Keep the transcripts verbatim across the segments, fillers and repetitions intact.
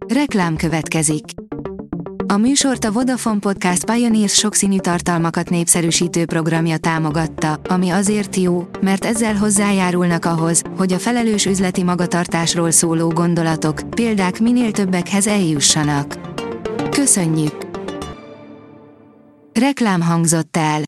Reklám következik. A műsort a Vodafone Podcast Pioneers sokszínű tartalmakat népszerűsítő programja támogatta, ami azért jó, mert ezzel hozzájárulnak ahhoz, hogy a felelős üzleti magatartásról szóló gondolatok, példák minél többekhez eljussanak. Köszönjük! Reklám hangzott el.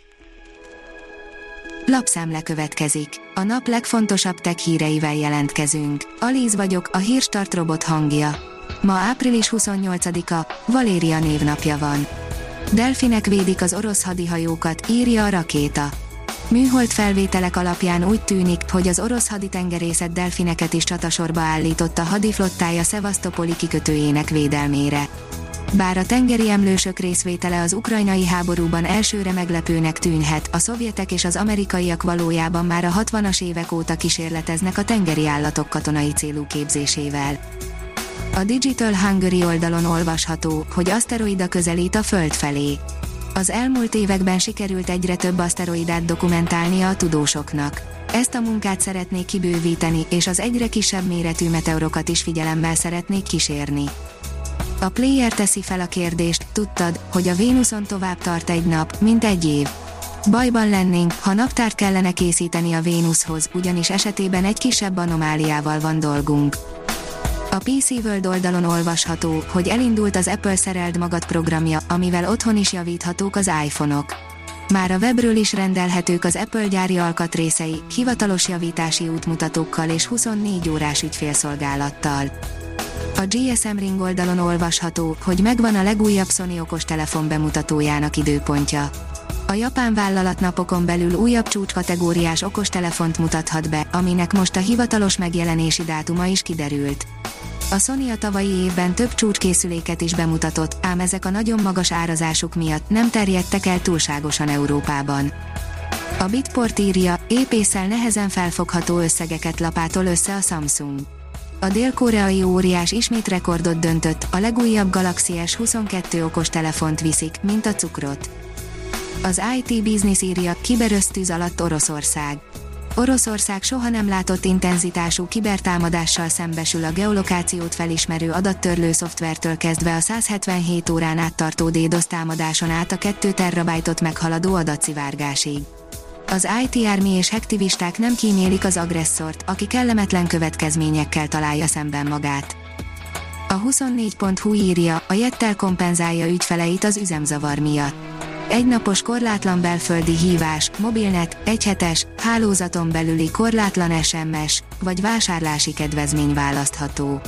Lapszemle következik. A nap legfontosabb tech híreivel jelentkezünk. Alíz vagyok, a Hírstart robot hangja. Ma április huszonnyolcadika, Valéria névnapja van. Delfinek védik az orosz hadihajókat, írja a Rakéta. Műhold felvételek alapján úgy tűnik, hogy az orosz haditengerészet delfineket is csatasorba állított a hadiflottája Szevasztopoli kikötőjének védelmére. Bár a tengeri emlősök részvétele az ukrajnai háborúban elsőre meglepőnek tűnhet, a szovjetek és az amerikaiak valójában már a hatvanas évek óta kísérleteznek a tengeri állatok katonai célú képzésével. A Digital Hungary oldalon olvasható, hogy aszteroida közelít a Föld felé. Az elmúlt években sikerült egyre több aszteroidát dokumentálnia a tudósoknak. Ezt a munkát szeretnék kibővíteni, és az egyre kisebb méretű meteorokat is figyelemmel szeretnék kísérni. A Player teszi fel a kérdést, tudtad, hogy a Vénuszon tovább tart egy nap, mint egy év. Bajban lennénk, ha naptárt kellene készíteni a Vénuszhoz, ugyanis esetében egy kisebb anomáliával van dolgunk. A pé cé World oldalon olvasható, hogy elindult az Apple Szereld magad programja, amivel otthon is javíthatók az iPhone-ok. Már a webről is rendelhetők az Apple gyári alkatrészei, hivatalos javítási útmutatókkal és huszonnégy órás ügyfélszolgálattal. A gé es em Ring oldalon olvasható, hogy megvan a legújabb Sony okostelefon bemutatójának időpontja. A japán vállalat napokon belül újabb csúcskategóriás okostelefont mutathat be, aminek most a hivatalos megjelenési dátuma is kiderült. A Sony a tavalyi évben több csúcskészüléket is bemutatott, ám ezek a nagyon magas árazásuk miatt nem terjedtek el túlságosan Európában. A Bitport írja, épésszel nehezen felfogható összegeket lapátol össze a Samsung. A dél-koreai óriás ismét rekordot döntött, a legújabb Galaxy es huszonkettő okostelefont viszik, mint a cukrot. Az i té Business írja, kiberösztűz alatt Oroszország. Oroszország soha nem látott intenzitású kibertámadással szembesül a geolokációt felismerő adattörlő szoftvertől kezdve a száz hetvenhét órán át tartó DDoS támadáson át a két terabájtot meghaladó adatszivárgásig. Az i té Army és hacktivisták nem kímélik az agresszort, aki kellemetlen következményekkel találja szemben magát. A huszonnégy pont hu írja, a Jettel kompenzálja ügyfeleit az üzemzavar miatt. Egynapos korlátlan belföldi hívás, mobilnet, egyhetes, hálózaton belüli korlátlan es em es, vagy vásárlási kedvezmény választható.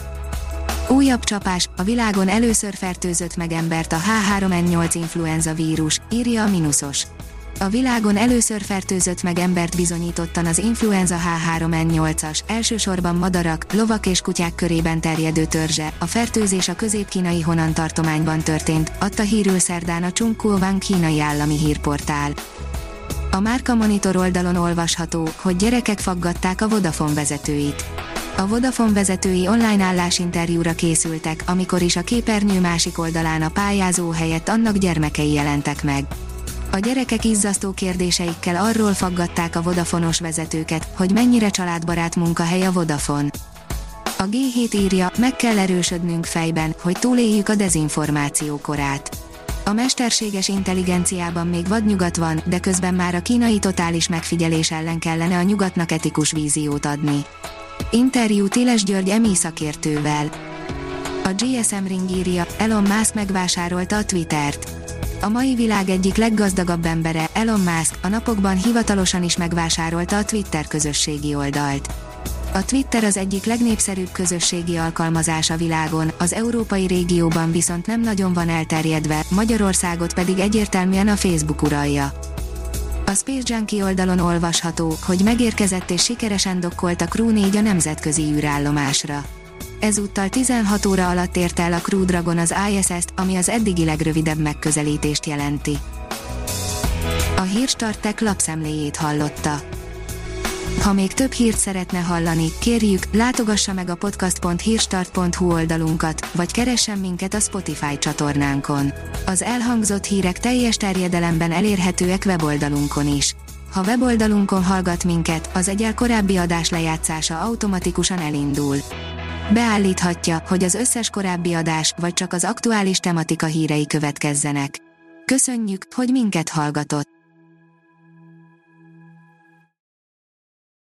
Újabb csapás, a világon először fertőzött meg embert a há három en nyolc influenza vírus, írja a Minusos. A világon először fertőzött meg embert bizonyítottan az influenza há három en nyolcas, elsősorban madarak, lovak és kutyák körében terjedő törzse. A fertőzés a közép-kínai Honan tartományban történt, adta hírül szerdán a Chungkuowan kínai állami hírportál. A Márka Monitor oldalon olvasható, hogy gyerekek faggatták a Vodafone vezetőit. A Vodafone vezetői online állásinterjúra készültek, amikor is a képernyő másik oldalán a pályázó helyett annak gyermekei jelentek meg. A gyerekek izzasztó kérdéseikkel arról faggatták a Vodafonos vezetőket, hogy mennyire családbarát munkahely a Vodafone. A gé hét írja, meg kell erősödnünk fejben, hogy túléljük a dezinformáció korát. A mesterséges intelligenciában még vadnyugat van, de közben már a kínai totális megfigyelés ellen kellene a nyugatnak etikus víziót adni. Interjú Tiles György em i szakértővel. A gé es em Ring írja, Elon Musk megvásárolta a Twittert. A mai világ egyik leggazdagabb embere, Elon Musk, a napokban hivatalosan is megvásárolta a Twitter közösségi oldalt. A Twitter az egyik legnépszerűbb közösségi alkalmazás a világon, az európai régióban viszont nem nagyon van elterjedve, Magyarországot pedig egyértelműen a Facebook uralja. A Space Junkie oldalon olvasható, hogy megérkezett és sikeresen dokkolt a Crew négy a nemzetközi űrállomásra. Ezúttal tizenhat óra alatt ért el a Crew Dragon az i es es-t, ami az eddigi legrövidebb megközelítést jelenti. A Hírstart Tech lapszemléjét hallotta. Ha még több hírt szeretne hallani, kérjük, látogassa meg a podcast pont hírstart pont hu oldalunkat, vagy keressen minket a Spotify csatornánkon. Az elhangzott hírek teljes terjedelemben elérhetőek weboldalunkon is. Ha weboldalunkon hallgat minket, az egyel korábbi adás lejátszása automatikusan elindul. Beállíthatja, hogy az összes korábbi adás, vagy csak az aktuális tematika hírei következzenek. Köszönjük, hogy minket hallgatott!